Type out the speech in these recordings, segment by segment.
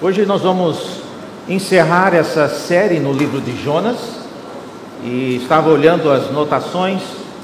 Hoje nós vamos encerrar essa série no livro de Jonas e estava olhando as notações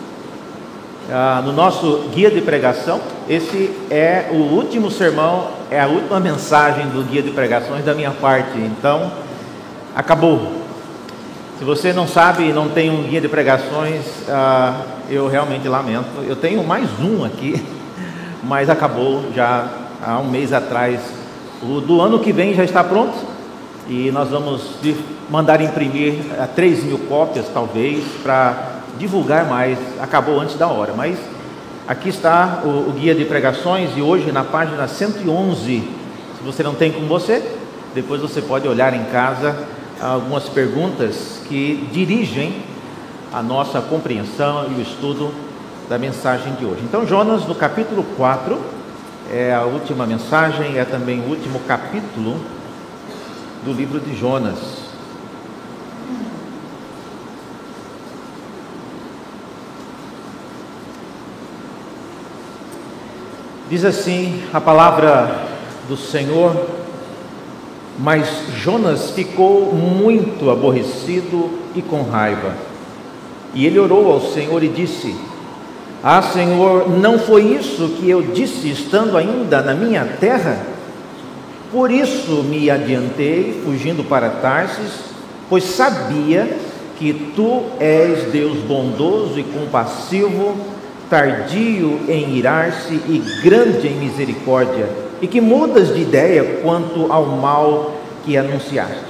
no nosso guia de pregação. Esse é o último sermão, é a última mensagem do guia de pregações da minha parte, então acabou. Se você não sabe e não tem um guia de pregações, eu realmente lamento. Eu tenho mais um aqui, mas acabou já há um mês atrás. O do ano que vem já está pronto e nós vamos mandar imprimir 3.000 cópias, talvez, para divulgar mais. Acabou antes da hora, mas aqui está o guia de pregações e hoje na página 111. Se você não tem com você, depois você pode olhar em casa algumas perguntas que dirigem a nossa compreensão e o estudo da mensagem de hoje. Então, Jonas, no capítulo 4, é a última mensagem, é também o último capítulo do livro de Jonas. Diz assim a palavra do Senhor: mas Jonas ficou muito aborrecido e com raiva, e ele orou ao Senhor e disse: ah, Senhor, não foi isso que eu disse estando ainda na minha terra? Por isso me adiantei, fugindo para Tarsis, pois sabia que tu és Deus bondoso e compassivo, tardio em irar-se e grande em misericórdia, e que mudas de ideia quanto ao mal que anunciaste.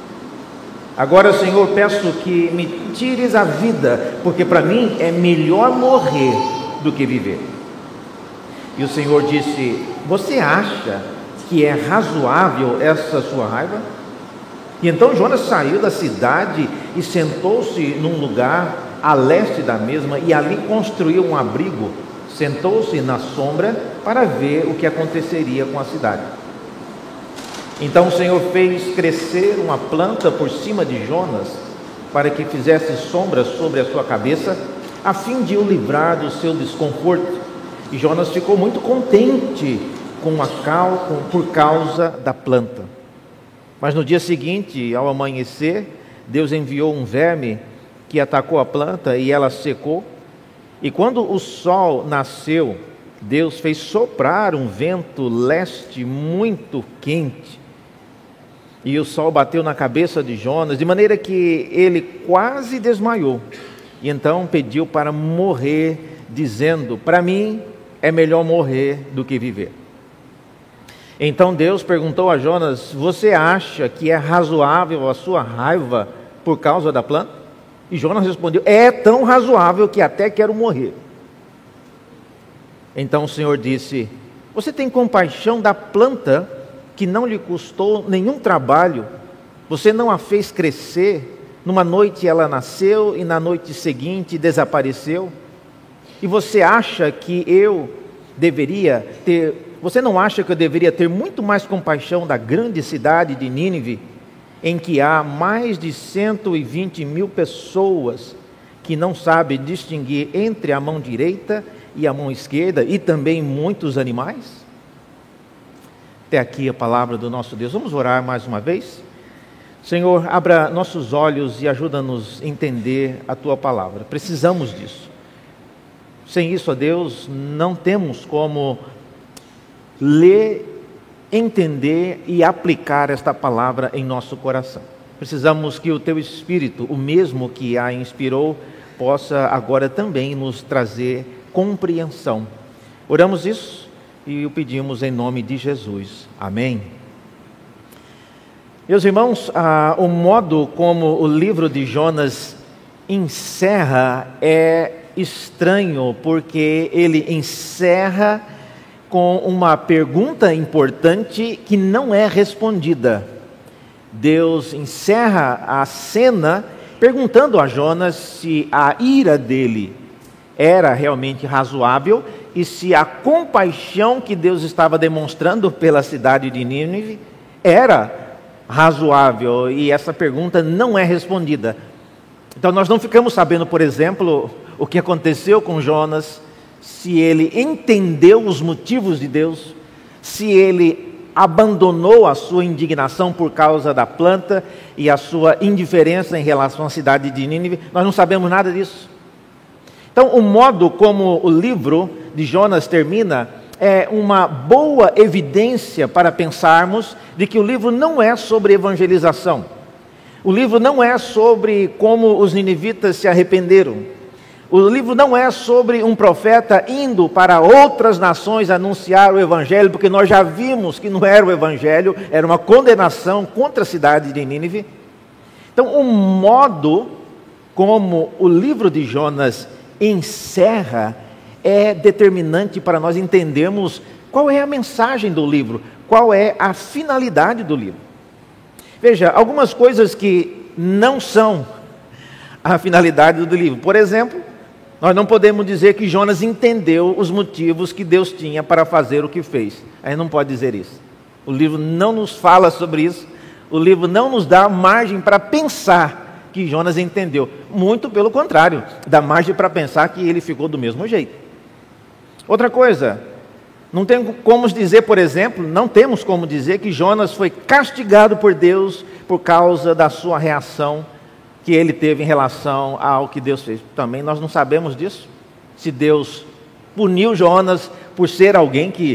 Agora, Senhor, peço que me tires a vida, porque para mim é melhor morrer do que viver. E o Senhor disse: você acha que é razoável essa sua raiva? E então Jonas saiu da cidade e sentou-se num lugar a leste da mesma, e ali construiu um abrigo. Sentou-se na sombra para ver o que aconteceria com a cidade. Então o Senhor fez crescer uma planta por cima de Jonas, para que fizesse sombra sobre a sua cabeça, a fim de o livrar do seu desconforto. E Jonas ficou muito contente por causa da planta. Mas no dia seguinte, ao amanhecer, Deus enviou um verme que atacou a planta e ela secou. E quando o sol nasceu, Deus fez soprar um vento leste muito quente, e o sol bateu na cabeça de Jonas, de maneira que ele quase desmaiou. E então pediu para morrer, dizendo: para mim é melhor morrer do que viver. Então Deus perguntou a Jonas: você acha que é razoável a sua raiva por causa da planta? E Jonas respondeu: é tão razoável que até quero morrer. Então o Senhor disse: você tem compaixão da planta que não lhe custou nenhum trabalho? Você não a fez crescer? Numa noite ela nasceu e na noite seguinte desapareceu. E você acha que você não acha que eu deveria ter muito mais compaixão da grande cidade de Nínive, em que há mais de 120.000 pessoas que não sabem distinguir entre a mão direita e a mão esquerda, e também muitos animais? Até aqui a palavra do nosso Deus. Vamos orar mais uma vez? Senhor, abra nossos olhos e ajuda-nos a entender a Tua palavra. Precisamos disso. Sem isso, ó Deus, não temos como ler, entender e aplicar esta palavra em nosso coração. Precisamos que o Teu Espírito, o mesmo que a inspirou, possa agora também nos trazer compreensão. Oramos isso e o pedimos em nome de Jesus. Amém. Meus irmãos, o modo como o livro de Jonas encerra é estranho, porque ele encerra com uma pergunta importante que não é respondida. Deus encerra a cena perguntando a Jonas se a ira dele era realmente razoável e se a compaixão que Deus estava demonstrando pela cidade de Nínive era razoável, e essa pergunta não é respondida. Então nós não ficamos sabendo, por exemplo, o que aconteceu com Jonas, se ele entendeu os motivos de Deus, se ele abandonou a sua indignação por caua da planta e a sua indiferença em relação à cidade de Nínive? Nós não sabemos nada disso. Então, o modo como o livro de Jonas termina é uma boa evidência para pensarmos de que o livro não é sobre evangelização. O livro não é sobre como os ninivitas se arrependeram. O livro não é sobre um profeta indo para outras nações anunciar o evangelho, porque nós já vimos que não era o evangelho, era uma condenação contra a cidade de Nínive. Então, o modo como o livro de Jonas encerra é determinante para nós entendermos qual é a mensagem do livro, qual é a finalidade do livro. Veja, algumas coisas que não são a finalidade do livro. Por exemplo, nós não podemos dizer que Jonas entendeu os motivos que Deus tinha para fazer o que fez. A gente não pode dizer isso. O livro não nos fala sobre isso. O livro não nos dá margem para pensar que Jonas entendeu. Muito pelo contrário, dá margem para pensar que ele ficou do mesmo jeito. Outra coisa, não tem como dizer, por exemplo, não temos como dizer que Jonas foi castigado por Deus por causa da sua reação que ele teve em relação ao que Deus fez. Também nós não sabemos disso. Se Deus puniu Jonas por ser alguém que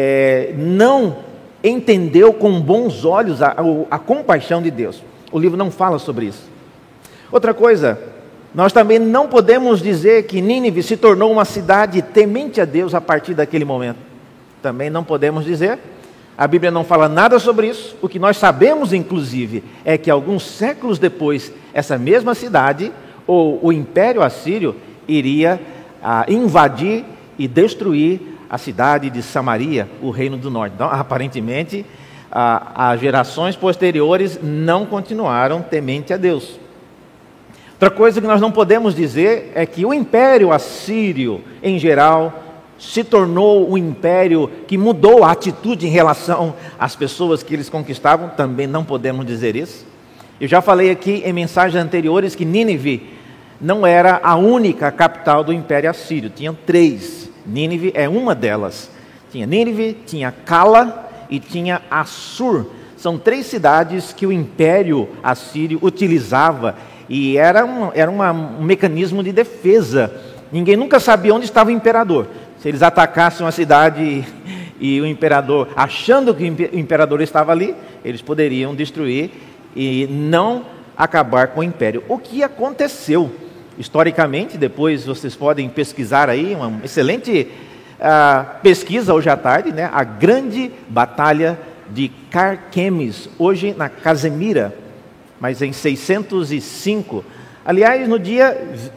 não entendeu com bons olhos a compaixão de Deus. O livro não fala sobre isso. Outra coisa, nós também não podemos dizer que Nínive se tornou uma cidade temente a Deus a partir daquele momento. Também não podemos dizer. A Bíblia não fala nada sobre isso. O que nós sabemos, inclusive, é que alguns séculos depois, essa mesma cidade, ou o Império Assírio, iria invadir e destruir a cidade de Samaria, o Reino do Norte. Então, aparentemente, as gerações posteriores não continuaram temente a Deus. Outra coisa que nós não podemos dizer é que o Império Assírio, em geral, se tornou um império que mudou a atitude em relação às pessoas que eles conquistavam. Também não podemos dizer isso. Eu já falei aqui em mensagens anteriores que Nínive não era a única capital do Império Assírio. Tinham 3. Nínive é uma delas. Tinha Nínive, tinha Cala e tinha Assur. São 3 cidades que o Império Assírio utilizava e era um mecanismo de defesa. Ninguém nunca sabia onde estava o imperador. Se eles atacassem uma cidade e o imperador, achando que o imperador estava ali, eles poderiam destruir e não acabar com o império. O que aconteceu historicamente, depois vocês podem pesquisar aí, uma excelente pesquisa hoje à tarde, né? A grande batalha de Carquemes, hoje na Casemira, mas em 605. Aliás, no dia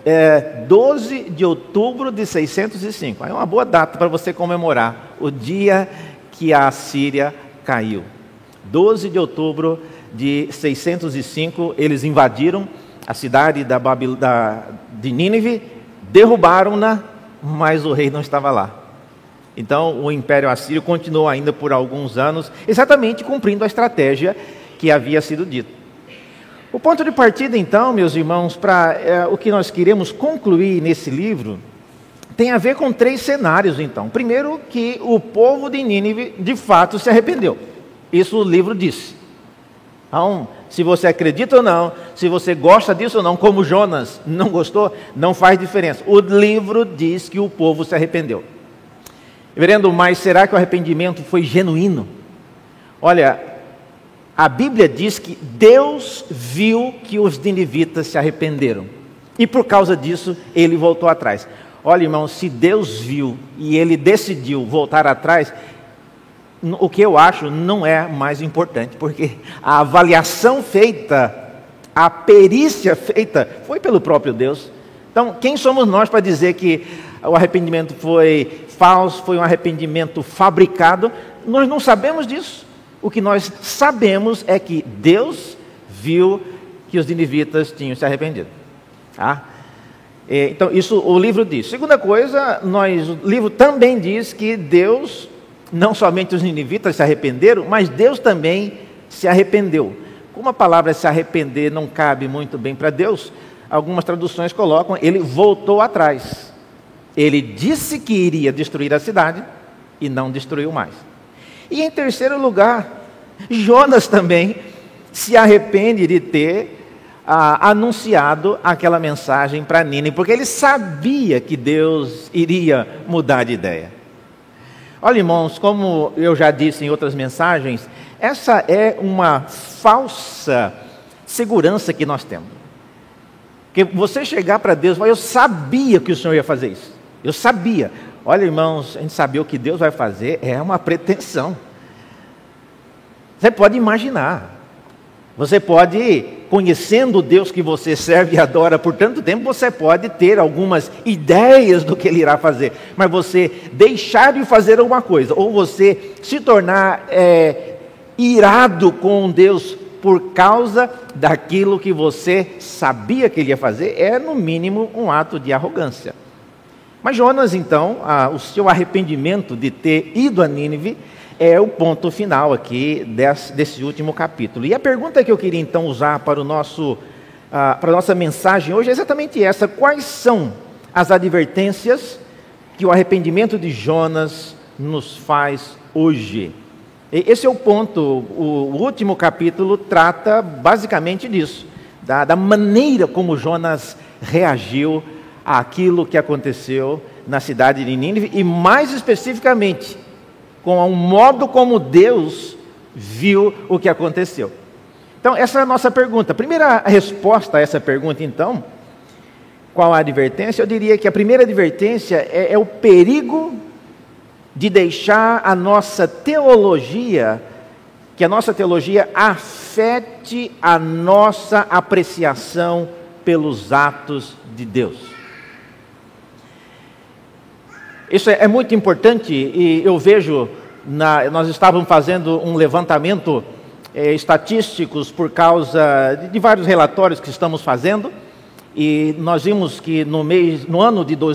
12 de outubro de 605. É uma boa data para você comemorar o dia que a Síria caiu. 12 de outubro de 605, eles invadiram a cidade de Nínive, derrubaram-na, mas o rei não estava lá. Então, o Império Assírio continuou ainda por alguns anos, exatamente cumprindo a estratégia que havia sido dita. O ponto de partida, então, meus irmãos, para o que nós queremos concluir nesse livro, tem a ver com 3 cenários, então. Primeiro, que o povo de Nínive, de fato, se arrependeu. Isso o livro disse. Então, se você acredita ou não, se você gosta disso ou não, como Jonas não gostou, não faz diferença. O livro diz que o povo se arrependeu. Reverendo, mas será que o arrependimento foi genuíno? Olha, a Bíblia diz que Deus viu que os ninivitas se arrependeram. E por causa disso, ele voltou atrás. Olha, irmão, se Deus viu e ele decidiu voltar atrás, o que eu acho não é mais importante, porque a avaliação feita, a perícia feita, foi pelo próprio Deus. Então, quem somos nós para dizer que o arrependimento foi falso, foi um arrependimento fabricado? Nós não sabemos disso. O que nós sabemos é que Deus viu que os ninivitas tinham se arrependido. Tá? Então, isso o livro diz. Segunda coisa, o livro também diz que Deus, não somente os ninivitas se arrependeram, mas Deus também se arrependeu. Como a palavra se arrepender não cabe muito bem para Deus, algumas traduções colocam, ele voltou atrás. Ele disse que iria destruir a cidade e não destruiu mais. E em terceiro lugar, Jonas também se arrepende de ter anunciado aquela mensagem para Nínive, porque ele sabia que Deus iria mudar de ideia. Olha, irmãos, como eu já disse em outras mensagens, essa é uma falsa segurança que nós temos. Porque você chegar para Deus e falar, eu sabia que o Senhor ia fazer isso. Eu sabia. Olha, irmãos, a gente saber o que Deus vai fazer é uma pretensão. Você pode imaginar. Você pode, conhecendo o Deus que você serve e adora por tanto tempo, você pode ter algumas ideias do que Ele irá fazer. Mas você deixar de fazer alguma coisa, ou você se tornar irado com Deus por causa daquilo que você sabia que Ele ia fazer, é no mínimo um ato de arrogância. Mas Jonas, então, o seu arrependimento de ter ido a Nínive é o ponto final aqui desse último capítulo. E a pergunta que eu queria então usar para a nossa mensagem hoje é exatamente essa: quais são as advertências que o arrependimento de Jonas nos faz hoje? Esse é o ponto. O último capítulo trata basicamente disso, da maneira como Jonas reagiu àquilo que aconteceu na cidade de Nínive, e mais especificamente com o modo como Deus viu o que aconteceu. Então, essa é a nossa pergunta. A primeira resposta a essa pergunta, então, qual a advertência? Eu diria que a primeira advertência é o perigo de deixar a nossa teologia, que a nossa teologia afete a nossa apreciação pelos atos de Deus. Isso é muito importante, e eu vejo, nós estávamos fazendo um levantamento estatísticos por causa de vários relatórios que estamos fazendo, e nós vimos que no ano de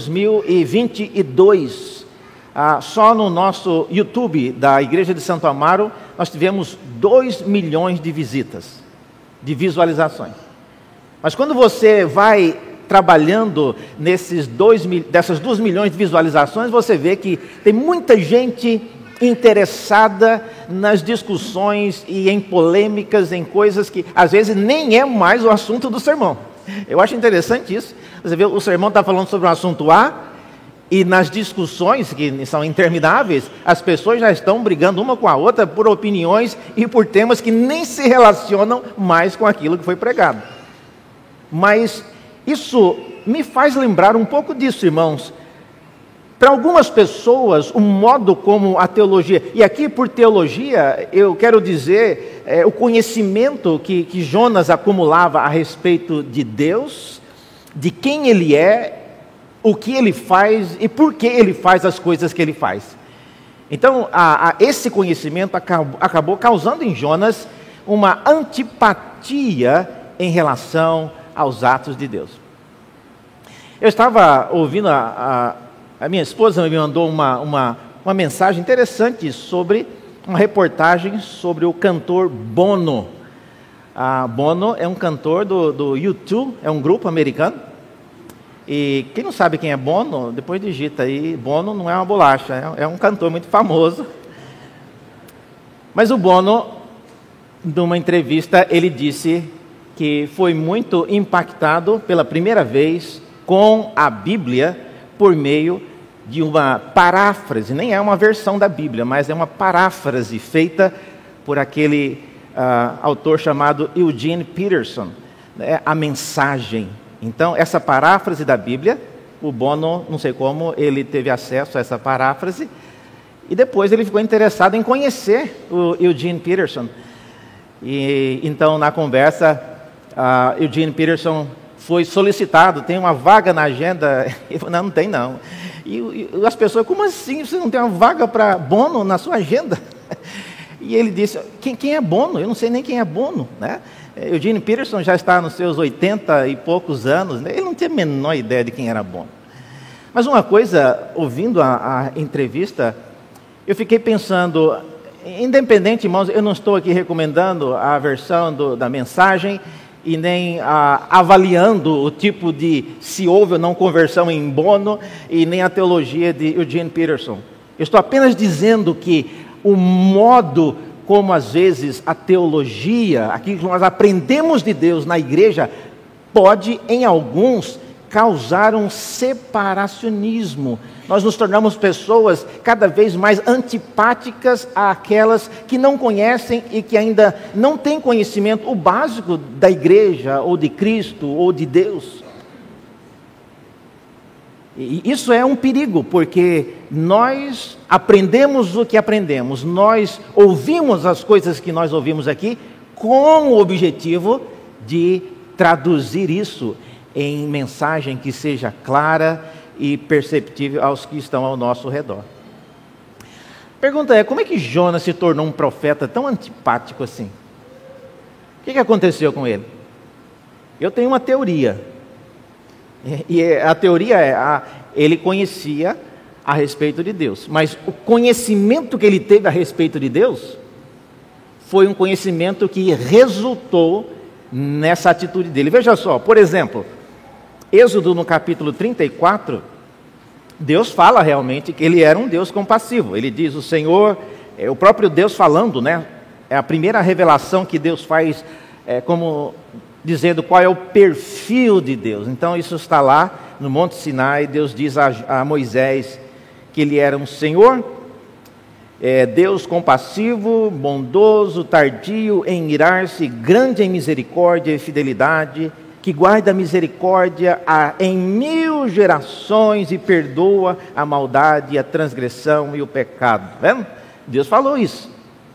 2022, só no nosso YouTube da Igreja de Santo Amaro, nós tivemos 2 milhões de visitas, de visualizações. Mas quando você vai trabalhando dessas 2 milhões de visualizações, você vê que tem muita gente interessada nas discussões e em polêmicas, em coisas que às vezes nem é mais o assunto do sermão. Eu acho interessante isso. Você vê, o sermão está falando sobre um assunto A, e nas discussões, que são intermináveis, as pessoas já estão brigando uma com a outra por opiniões e por temas que nem se relacionam mais com aquilo que foi pregado. Mas isso me faz lembrar um pouco disso, irmãos. Para algumas pessoas, o modo como a teologia, e aqui por teologia eu quero dizer o conhecimento que Jonas acumulava a respeito de Deus, de quem Ele é, o que Ele faz e por que Ele faz as coisas que Ele faz. Então, esse conhecimento acabou causando em Jonas uma antipatia em relação aos atos de Deus. Eu estava ouvindo, a minha esposa me mandou uma mensagem interessante sobre uma reportagem sobre o cantor Bono. Bono é um cantor do U2, é um grupo americano. E quem não sabe quem é Bono, depois digita aí, Bono não é uma bolacha, é um cantor muito famoso. Mas o Bono, numa entrevista, ele disse que foi muito impactado pela primeira vez com a Bíblia por meio de uma paráfrase, nem é uma versão da Bíblia, mas é uma paráfrase feita por aquele autor chamado Eugene Peterson, a mensagem. Então, essa paráfrase da Bíblia, o Bono, não sei como, ele teve acesso a essa paráfrase, e depois ele ficou interessado em conhecer o Eugene Peterson. E então, na conversa, Eugene Peterson foi solicitado, tem uma vaga na agenda? Ele falou, não tem não. E as pessoas, como assim? Você não tem uma vaga para Bono na sua agenda? E ele disse, quem é Bono? Eu não sei nem quem é Bono, né? Eugene Peterson já está nos seus 80 e poucos anos, né? Ele não tinha a menor ideia de quem era Bono. Mas uma coisa, ouvindo a entrevista, eu fiquei pensando, independente, irmãos, eu não estou aqui recomendando a versão da mensagem, e nem avaliando o tipo de se houve ou não conversão em Bono, e nem a teologia de Eugene Peterson. Eu estou apenas dizendo que o modo como às vezes a teologia, aquilo que nós aprendemos de Deus na igreja, pode em alguns causar um separacionismo. Nós nos tornamos pessoas cada vez mais antipáticas àquelas que não conhecem e que ainda não têm conhecimento o básico da igreja, ou de Cristo, ou de Deus. E isso é um perigo, porque nós aprendemos o que aprendemos, nós ouvimos as coisas que nós ouvimos aqui, com o objetivo de traduzir isso em mensagem que seja clara e perceptível aos que estão ao nosso redor. Pergunta é, como é que Jonas se tornou um profeta tão antipático assim? O que aconteceu com ele? Eu tenho uma teoria. E a teoria é, ele conhecia a respeito de Deus, mas o conhecimento que ele teve a respeito de Deus foi um conhecimento que resultou nessa atitude dele. Veja só, por exemplo, Êxodo no capítulo 34, Deus fala realmente que ele era um Deus compassivo. Ele diz, o Senhor, o próprio Deus falando, né? É a primeira revelação que Deus faz, como dizendo qual é o perfil de Deus. Então isso está lá no Monte Sinai. Deus diz a Moisés que ele era um Senhor, Deus compassivo, bondoso, tardio em irar-se, grande em misericórdia e fidelidade, que guarda a misericórdia em 1000 gerações e perdoa a maldade, a transgressão e o pecado. Tá vendo? Deus falou isso.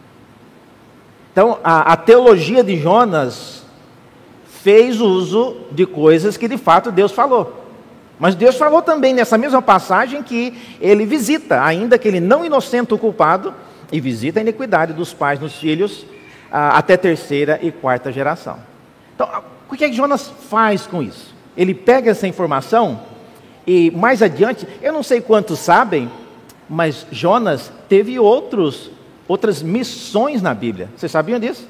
Então, a teologia de Jonas fez uso de coisas que de fato Deus falou. Mas Deus falou também nessa mesma passagem que ele visita, ainda que ele não inocente o culpado, e visita a iniquidade dos pais nos filhos, até 3ª e 4ª geração. Então, o que é que Jonas faz com isso? Ele pega essa informação e mais adiante, eu não sei quantos sabem, mas Jonas teve outras missões na Bíblia. Vocês sabiam disso?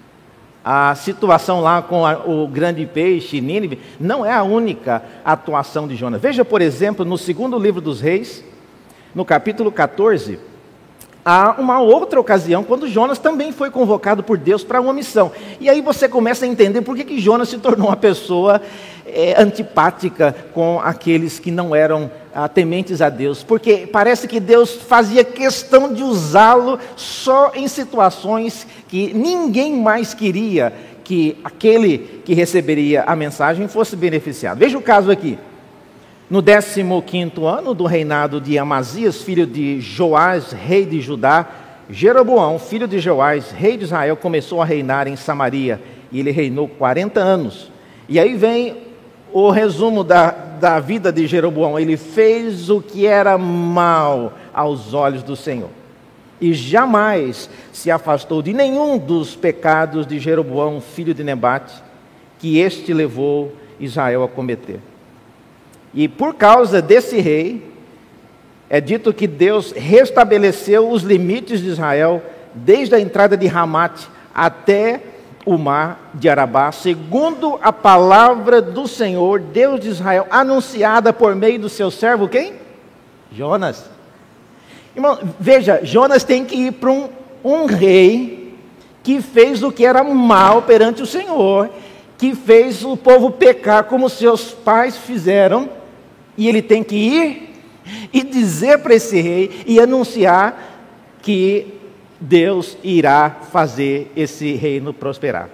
A situação lá com o grande peixe, Nínive, não é a única atuação de Jonas. Veja, por exemplo, no 2º livro dos Reis, no capítulo 14, há uma outra ocasião quando Jonas também foi convocado por Deus para uma missão. E aí você começa a entender por que Jonas se tornou uma pessoa antipática com aqueles que não eram tementes a Deus. Porque parece que Deus fazia questão de usá-lo só em situações que ninguém mais queria que aquele que receberia a mensagem fosse beneficiado. Veja o caso aqui. No 15º ano do reinado de Amazias, filho de Joás, rei de Judá, Jeroboão, filho de Joás, rei de Israel, começou a reinar em Samaria. E ele reinou 40 anos. E aí vem o resumo da vida de Jeroboão. Ele fez o que era mal aos olhos do Senhor. E jamais se afastou de nenhum dos pecados de Jeroboão, filho de Nebate, que este levou Israel a cometer. E por causa desse rei, é dito que Deus restabeleceu os limites de Israel, desde a entrada de Ramate até o mar de Arabá, segundo a palavra do Senhor, Deus de Israel, anunciada por meio do seu servo, quem? Jonas. Irmão, veja, Jonas tem que ir para um rei que fez o que era mal perante o Senhor, que fez o povo pecar como seus pais fizeram, e ele tem que ir e dizer para esse rei e anunciar que Deus irá fazer esse reino prosperar.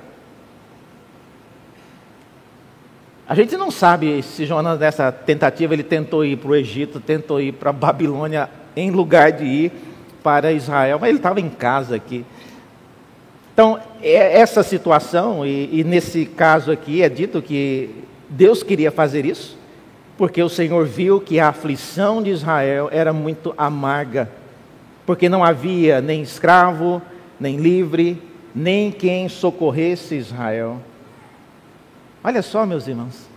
A gente não sabe se Jonas, nessa tentativa, ele tentou ir para o Egito, tentou ir para a Babilônia, em lugar de ir para Israel, mas ele estava em casa aqui. Então, essa situação, e nesse caso aqui, é dito que Deus queria fazer isso, porque o Senhor viu que a aflição de Israel era muito amarga, porque não havia nem escravo, nem livre, nem quem socorresse Israel. Olha só, meus irmãos.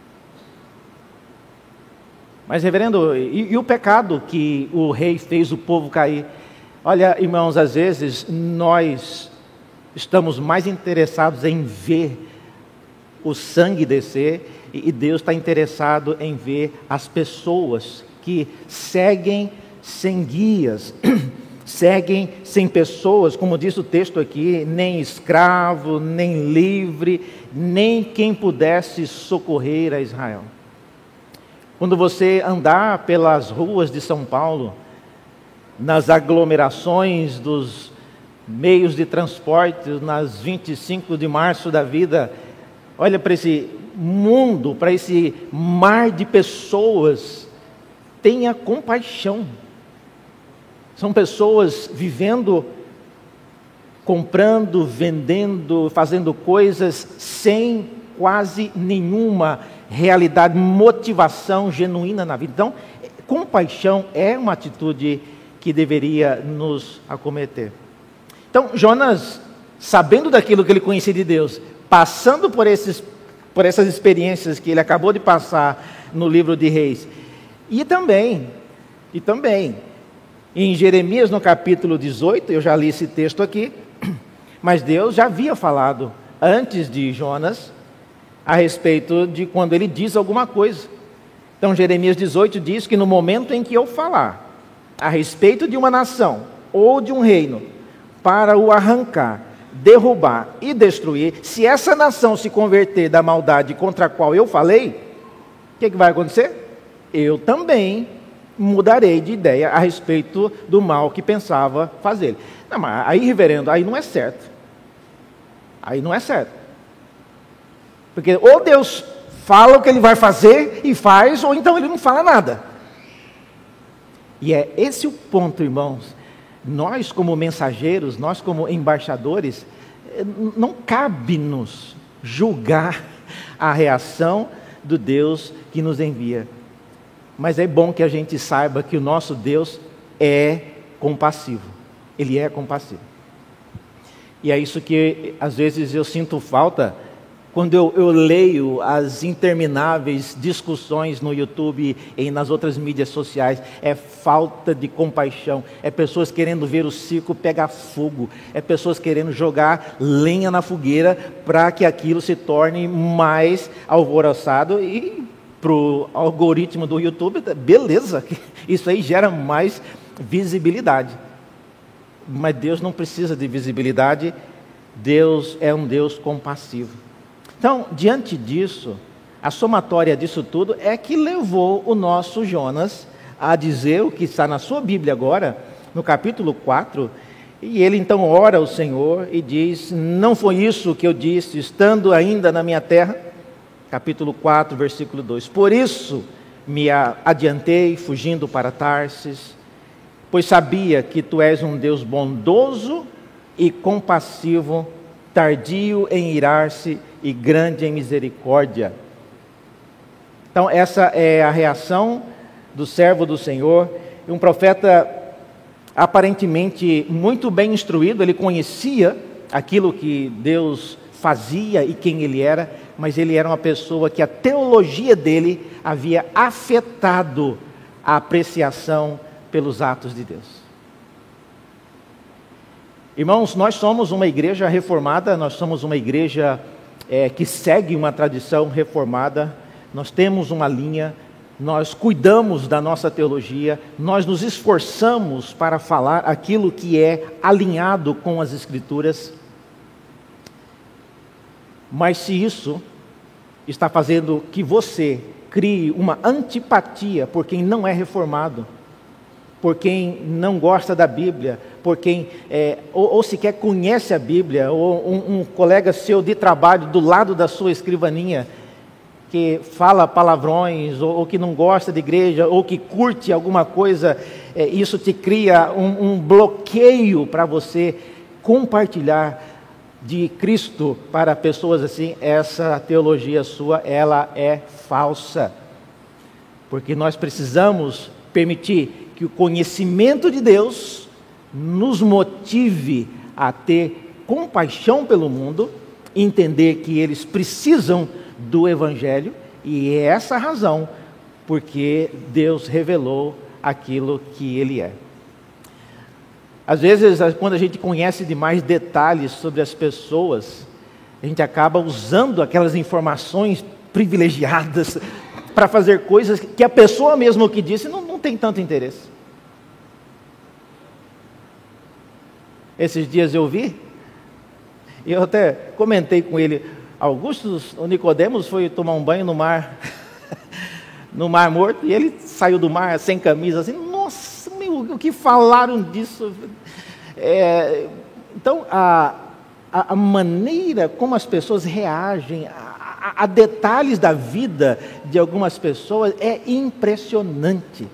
Mas, reverendo, e o pecado que o rei fez o povo cair? Olha, irmãos, às vezes nós estamos mais interessados em ver o sangue descer, e Deus está interessado em ver as pessoas que seguem sem guias, seguem sem pessoas, como diz o texto aqui, nem escravo, nem livre, nem quem pudesse socorrer a Israel. Quando você andar pelas ruas de São Paulo, nas aglomerações dos meios de transporte, nas 25 de março da vida, olha para esse mundo, para esse mar de pessoas, tenha compaixão. São pessoas vivendo, comprando, vendendo, fazendo coisas sem quase nenhuma realidade, motivação genuína na vida. Então, compaixão é uma atitude que deveria nos acometer. Então, Jonas, sabendo daquilo que ele conhecia de Deus, passando por essas experiências que ele acabou de passar no livro de Reis, e também, em Jeremias, no capítulo 18, eu já li esse texto aqui, mas Deus já havia falado antes de Jonas a respeito de quando ele diz alguma coisa. Então, Jeremias 18 diz que no momento em que eu falar a respeito de uma nação ou de um reino, para o arrancar, derrubar e destruir, se essa nação se converter da maldade contra a qual eu falei, o que vai acontecer? Eu também mudarei de ideia a respeito do mal que pensava fazer. Não, mas aí, reverendo, aí não é certo. Aí não é certo. Porque ou Deus fala o que ele vai fazer e faz, ou então ele não fala nada. E é esse o ponto, irmãos. Nós como mensageiros, nós como embaixadores, não cabe-nos julgar a reação do Deus que nos envia. Mas é bom que a gente saiba que o nosso Deus é compassivo. Ele é compassivo. E é isso que às vezes eu sinto falta quando eu leio as intermináveis discussões no YouTube e nas outras mídias sociais. É falta de compaixão, é pessoas querendo ver o circo pegar fogo, é pessoas querendo jogar lenha na fogueira para que aquilo se torne mais alvoroçado. E para o algoritmo do YouTube, beleza, isso aí gera mais visibilidade. Mas Deus não precisa de visibilidade, Deus é um Deus compassivo. Então, diante disso, a somatória disso tudo é que levou o nosso Jonas a dizer o que está na sua Bíblia agora, no capítulo 4, e ele então ora ao Senhor e diz: não foi isso que eu disse, estando ainda na minha terra? Capítulo 4, versículo 2. Por isso me adiantei, fugindo para Tarsis, pois sabia que tu és um Deus bondoso e compassivo, tardio em irar-se e grande em misericórdia. Então essa é a reação do servo do Senhor, um profeta aparentemente muito bem instruído. Ele conhecia aquilo que Deus fazia e quem ele era, mas ele era uma pessoa que a teologia dele havia afetado a apreciação pelos atos de Deus. Irmãos, nós somos uma igreja reformada, nós somos uma igreja que segue uma tradição reformada, nós temos uma linha, nós cuidamos da nossa teologia, nós nos esforçamos para falar aquilo que é alinhado com as Escrituras. Mas se isso está fazendo que você crie uma antipatia por quem não é reformado, por quem não gosta da Bíblia, por quem ou sequer conhece a Bíblia, ou um colega seu de trabalho do lado da sua escrivaninha, que fala palavrões, ou que não gosta de igreja, ou que curte alguma coisa, isso te cria um bloqueio para você compartilhar de Cristo para pessoas assim. Essa teologia sua, ela é falsa, porque nós precisamos permitir que o conhecimento de Deus nos motive a ter compaixão pelo mundo, entender que eles precisam do Evangelho, e é essa a razão porque Deus revelou aquilo que Ele é. Às vezes, quando a gente conhece demais detalhes sobre as pessoas, a gente acaba usando aquelas informações privilegiadas para fazer coisas que a pessoa mesmo que disse não tem tanto interesse. Esses dias eu vi, e eu até comentei com ele, o Nicodemos foi tomar um banho no mar, no Mar Morto, e ele saiu do mar sem camisa, assim, nossa, meu, o que falaram disso? Então, a maneira como as pessoas reagem a detalhes da vida de algumas pessoas é impressionante.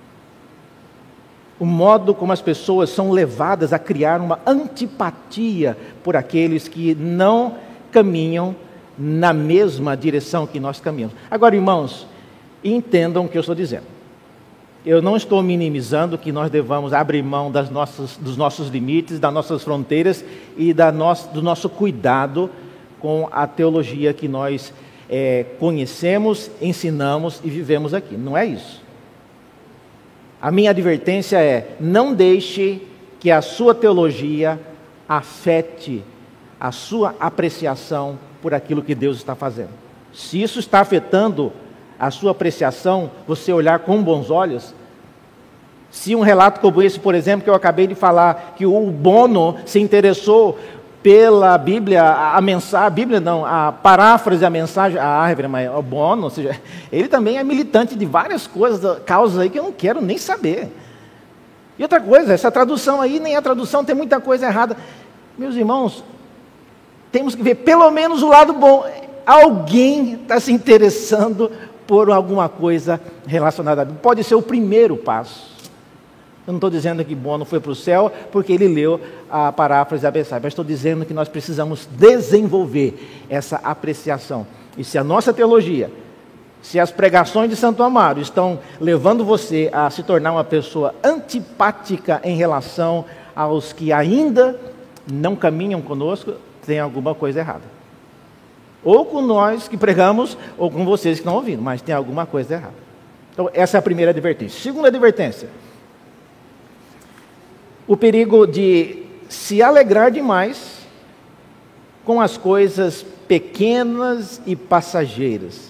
O modo como as pessoas são levadas a criar uma antipatia por aqueles que não caminham na mesma direção que nós caminhamos. Agora, irmãos, entendam o que eu estou dizendo. Eu não estou minimizando que nós devamos abrir mão dos nossos limites, das nossas fronteiras e do nosso cuidado com a teologia que nós conhecemos, ensinamos e vivemos aqui. Não é isso. A minha advertência é: não deixe que a sua teologia afete a sua apreciação por aquilo que Deus está fazendo. Se isso está afetando a sua apreciação, você olhar com bons olhos. Se um relato como esse, por exemplo, que eu acabei de falar, que o Bono se interessou pela Bíblia, a paráfrase, a mensagem, mas o Bono, ou seja, ele também é militante de várias coisas, causas aí que eu não quero nem saber. E outra coisa, essa tradução aí, nem a tradução, tem muita coisa errada. Meus irmãos, temos que ver pelo menos o lado bom. Alguém está se interessando por alguma coisa relacionada a Bíblia. Pode ser o primeiro passo. Eu não estou dizendo que Bono foi para o céu porque ele leu a paráfrase da mensagem, mas estou dizendo que nós precisamos desenvolver essa apreciação. E se a nossa teologia, se as pregações de Santo Amaro estão levando você a se tornar uma pessoa antipática em relação aos que ainda não caminham conosco, tem alguma coisa errada. Ou com nós que pregamos, ou com vocês que estão ouvindo, mas tem alguma coisa errada. Então, essa é a primeira advertência. Segunda advertência: o perigo de se alegrar demais com as coisas pequenas e passageiras.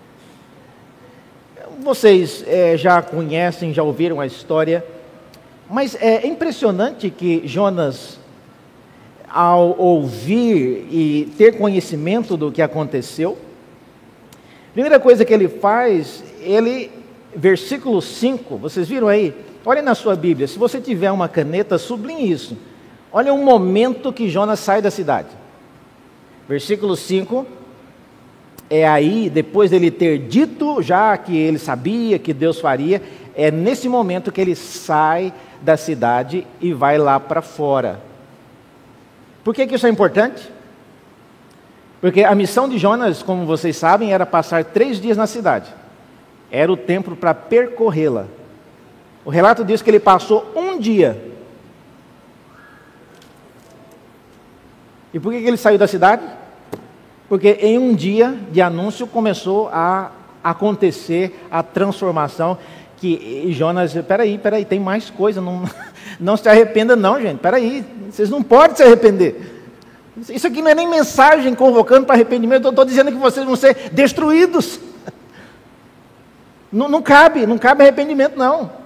Vocês já conhecem, já ouviram a história, mas é impressionante que Jonas, ao ouvir e ter conhecimento do que aconteceu, a primeira coisa que ele faz, versículo 5, vocês viram aí? Olhem na sua Bíblia, se você tiver uma caneta, sublinhe isso. Olha o momento que Jonas sai da cidade. Versículo 5, é aí, depois dele ter dito já que ele sabia que Deus faria, é nesse momento que ele sai da cidade e vai lá para fora. Por que isso é importante? Porque a missão de Jonas, como vocês sabem, era passar 3 dias na cidade. Era o tempo para percorrê-la. O relato diz que ele passou 1 dia. E por que ele saiu da cidade? Porque em 1 dia de anúncio começou a acontecer a transformação. Que Jonas, peraí, tem mais coisa, não se arrependa não, gente, peraí, vocês não podem se arrepender. Isso aqui não é nem mensagem convocando para arrependimento, eu estou dizendo que vocês vão ser destruídos. Não cabe arrependimento não.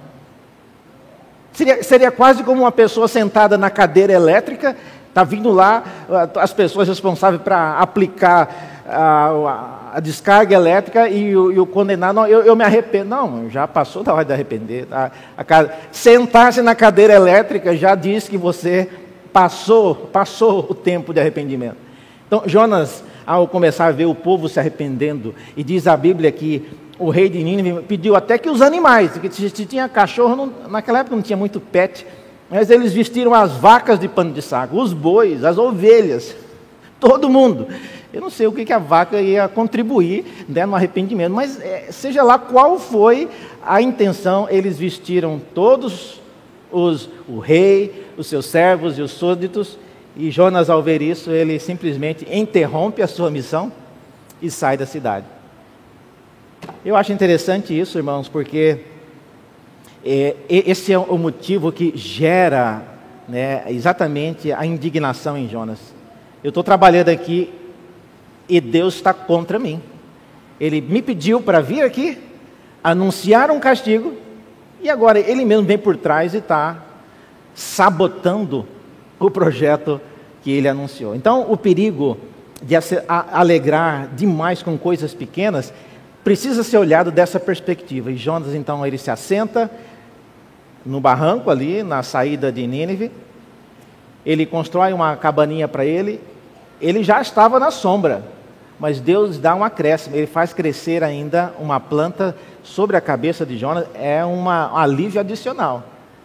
Seria quase como uma pessoa sentada na cadeira elétrica, está vindo lá as pessoas responsáveis para aplicar a descarga elétrica e o condenado, não, eu me arrependo. Não, já passou da hora de arrepender. Sentar-se na cadeira elétrica já diz que você passou o tempo de arrependimento. Então, Jonas, ao começar a ver o povo se arrependendo, e diz a Bíblia que o rei de Nínive pediu até que os animais, porque se tinha cachorro, naquela época não tinha muito pet, mas eles vestiram as vacas de pano de saco, os bois, as ovelhas, todo mundo. Eu não sei o que a vaca ia contribuir, né, no arrependimento, mas seja lá qual foi a intenção, eles vestiram todos o rei, os seus servos e os súditos, e Jonas, ao ver isso, ele simplesmente interrompe a sua missão e sai da cidade. Eu acho interessante isso, irmãos, porque esse é o motivo que gera, né, exatamente a indignação em Jonas. Eu estou trabalhando aqui e Deus está contra mim. Ele me pediu para vir aqui, anunciar um castigo, e agora ele mesmo vem por trás e está sabotando o projeto que ele anunciou. Então, o perigo de alegrar demais com coisas pequenas precisa ser olhado dessa perspectiva. E Jonas, então, ele se assenta no barranco ali, na saída de Nínive. Ele constrói uma cabaninha para ele. Ele já estava na sombra, mas Deus dá um acréscimo. Ele faz crescer ainda uma planta sobre a cabeça de Jonas. É um alívio adicional.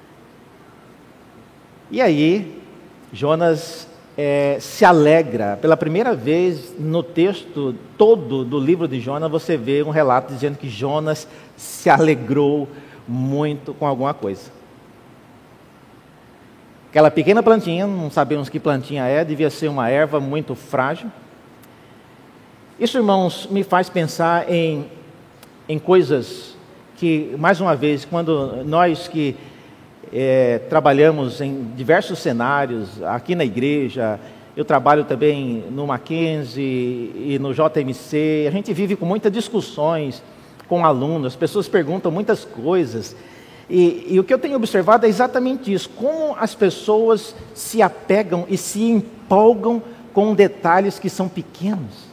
E aí, Jonas se alegra. Pela primeira vez no texto todo do livro de Jonas, você vê um relato dizendo que Jonas se alegrou muito com alguma coisa. Aquela pequena plantinha, não sabemos que plantinha é, devia ser uma erva muito frágil. Isso, irmãos, me faz pensar em coisas que, mais uma vez, quando nós que trabalhamos em diversos cenários, aqui na igreja, eu trabalho também no Mackenzie e no JMC, a gente vive com muitas discussões com alunos, as pessoas perguntam muitas coisas, e o que eu tenho observado é exatamente isso, como as pessoas se apegam e se empolgam com detalhes que são pequenos.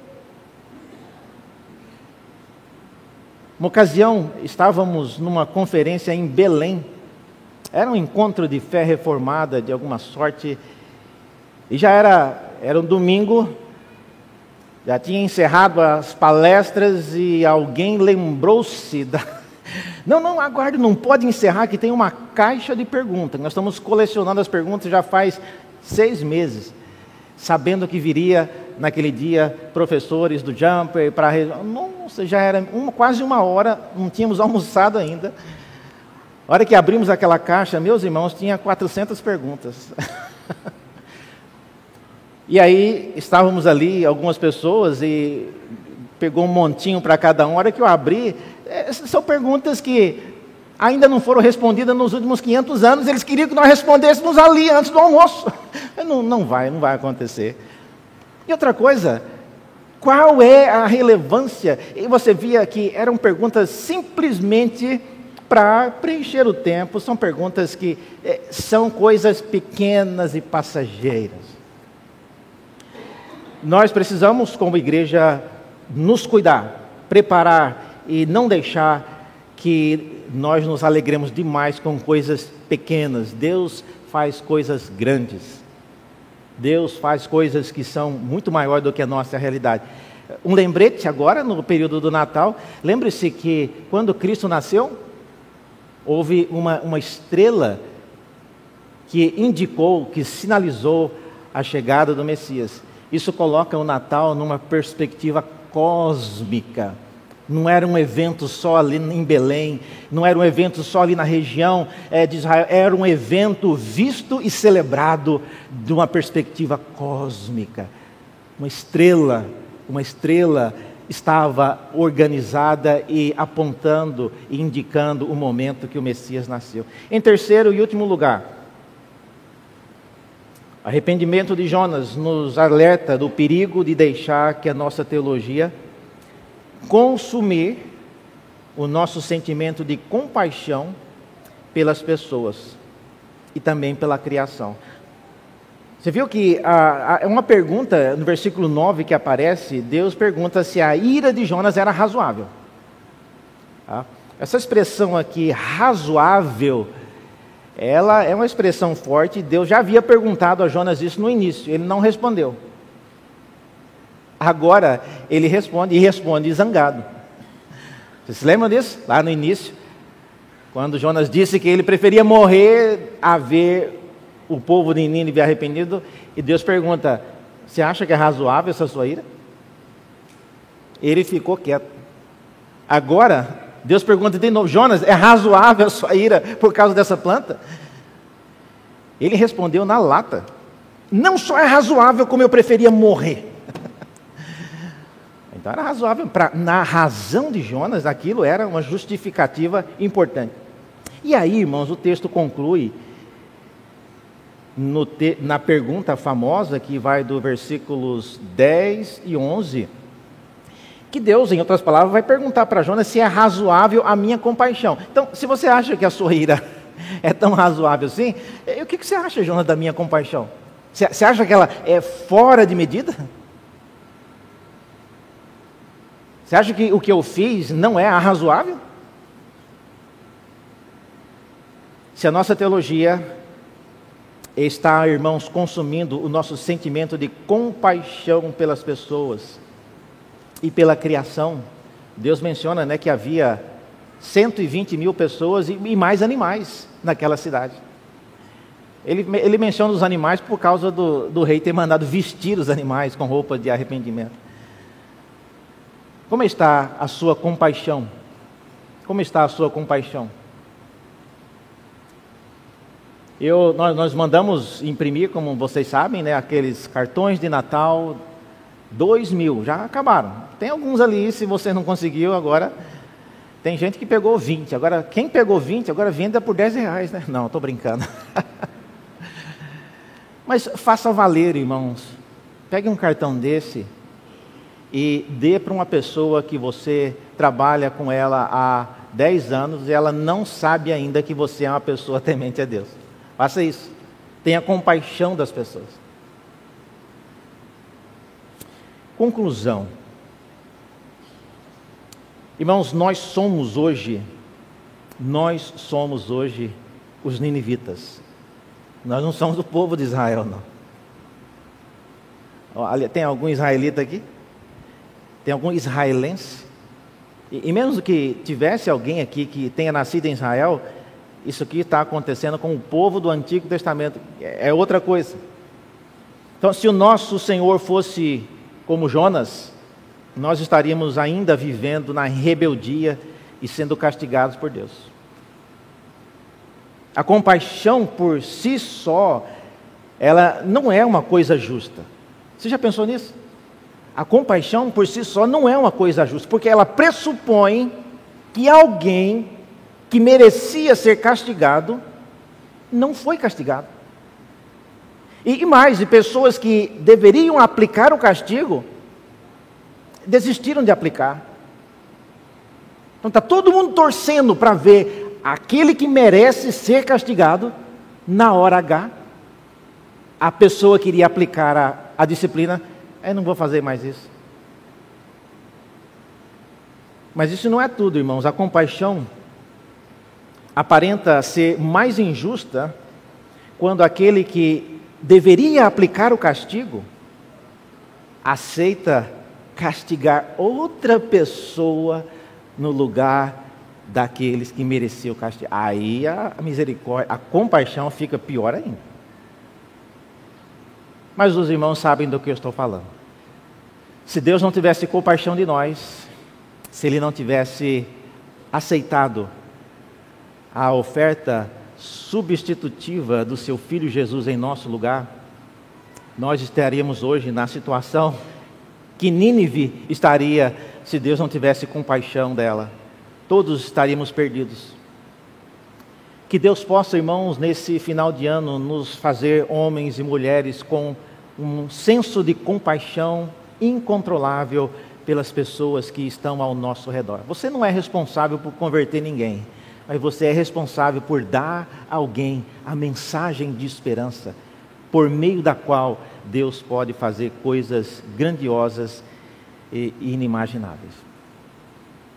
Uma ocasião, estávamos numa conferência em Belém. Era um encontro de fé reformada, de alguma sorte, e já era um domingo, já tinha encerrado as palestras e alguém lembrou-se Não, aguarde, não pode encerrar, que tem uma caixa de perguntas. Nós estamos colecionando as perguntas já faz 6 meses, sabendo que viria naquele dia professores do Jumper para... Nossa, já era quase 1 hora, não tínhamos almoçado ainda. A hora que abrimos aquela caixa, meus irmãos, tinha 400 perguntas. E aí, estávamos ali, algumas pessoas, e pegou um montinho para cada um. A hora que eu abri, são perguntas que ainda não foram respondidas nos últimos 500 anos. Eles queriam que nós respondêssemos ali, antes do almoço. Não vai acontecer. E outra coisa, qual é a relevância? E você via que eram perguntas simplesmente para preencher o tempo, são perguntas que são coisas pequenas e passageiras. Nós precisamos, como igreja, nos cuidar, preparar e não deixar que nós nos alegremos demais com coisas pequenas. Deus faz coisas grandes. Deus faz coisas que são muito maiores do que a nossa realidade. Um lembrete agora, no período do Natal, lembre-se que quando Cristo nasceu, houve uma estrela que indicou, que sinalizou a chegada do Messias. Isso coloca o Natal numa perspectiva cósmica. Não era um evento só ali em Belém, não era um evento só ali na região de Israel, era um evento visto e celebrado de uma perspectiva cósmica. Uma estrela estava organizada e apontando e indicando o momento que o Messias nasceu. Em terceiro e último lugar, arrependimento de Jonas nos alerta do perigo de deixar que a nossa teologia consumir o nosso sentimento de compaixão pelas pessoas e também pela criação. Você viu que é uma pergunta no versículo 9 que aparece, Deus pergunta se a ira de Jonas era razoável. Tá? Essa expressão aqui, razoável, ela é uma expressão forte. Deus já havia perguntado a Jonas isso no início, ele não respondeu. Agora ele responde zangado. Vocês se lembram disso? Lá no início, quando Jonas disse que ele preferia morrer a ver o povo de Nínive arrependido, e Deus pergunta: você acha que é razoável essa sua ira? Ele ficou quieto. Agora, Deus pergunta de novo: Jonas, é razoável a sua ira por causa dessa planta? Ele respondeu na lata: não só é razoável, como eu preferia morrer. Então era razoável, na razão de Jonas, aquilo era uma justificativa importante. E aí, irmãos, o texto conclui na pergunta famosa que vai do versículos 10 e 11, que Deus, em outras palavras, vai perguntar para Jonas se é razoável a minha compaixão. Então, se você acha que a sua ira é tão razoável assim. E o que você acha, Jonas, da minha compaixão? Você acha que ela é fora de medida? Você acha que o que eu fiz não é razoável? Se a nossa teologia está, irmãos, consumindo o nosso sentimento de compaixão pelas pessoas e pela criação, Deus menciona, né, que havia 120 mil pessoas e mais animais naquela cidade. Ele menciona os animais por causa do rei ter mandado vestir os animais com roupa de arrependimento. Como está a sua compaixão? Como está a sua compaixão? Nós mandamos imprimir, como vocês sabem, né, aqueles cartões de Natal, 2.000, já acabaram. Tem alguns ali, se você não conseguiu, agora tem gente que pegou 20. Agora, quem pegou 20, agora venda por R$10, né? Não, estou brincando. Mas faça valer, irmãos. Pegue um cartão desse e dê para uma pessoa que você trabalha com ela há 10 anos e ela não sabe ainda que você é uma pessoa temente a Deus. Faça isso. Tenha compaixão das pessoas. Conclusão. Irmãos, nós somos hoje os ninivitas. Nós não somos o povo de Israel, não. Tem algum israelita aqui? Tem algum israelense? E mesmo que tivesse alguém aqui que tenha nascido em Israel, isso aqui está acontecendo com o povo do Antigo Testamento. É outra coisa. Então, se o nosso Senhor fosse como Jonas, nós estaríamos ainda vivendo na rebeldia e sendo castigados por Deus. A compaixão por si só, ela não é uma coisa justa. Você já pensou nisso? A compaixão por si só não é uma coisa justa, porque ela pressupõe que alguém que merecia ser castigado não foi castigado. E mais, e pessoas que deveriam aplicar o castigo desistiram de aplicar. Então está todo mundo torcendo para ver aquele que merece ser castigado, na hora H, a pessoa que iria aplicar a disciplina, eu não vou fazer mais isso. Mas isso não é tudo, irmãos. A compaixão aparenta ser mais injusta quando aquele que deveria aplicar o castigo aceita castigar outra pessoa no lugar daqueles que mereciam o castigo. Aí a misericórdia, a compaixão fica pior ainda. Mas os irmãos sabem do que eu estou falando. Se Deus não tivesse compaixão de nós, se Ele não tivesse aceitado a oferta substitutiva do seu Filho Jesus em nosso lugar, nós estaríamos hoje na situação que Nínive estaria se Deus não tivesse compaixão dela. Todos estaríamos perdidos. Que Deus possa, irmãos, nesse final de ano, nos fazer homens e mulheres com um senso de compaixão incontrolável pelas pessoas que estão ao nosso redor. Você não é responsável por converter ninguém, mas você é responsável por dar a alguém a mensagem de esperança, por meio da qual Deus pode fazer coisas grandiosas e inimagináveis.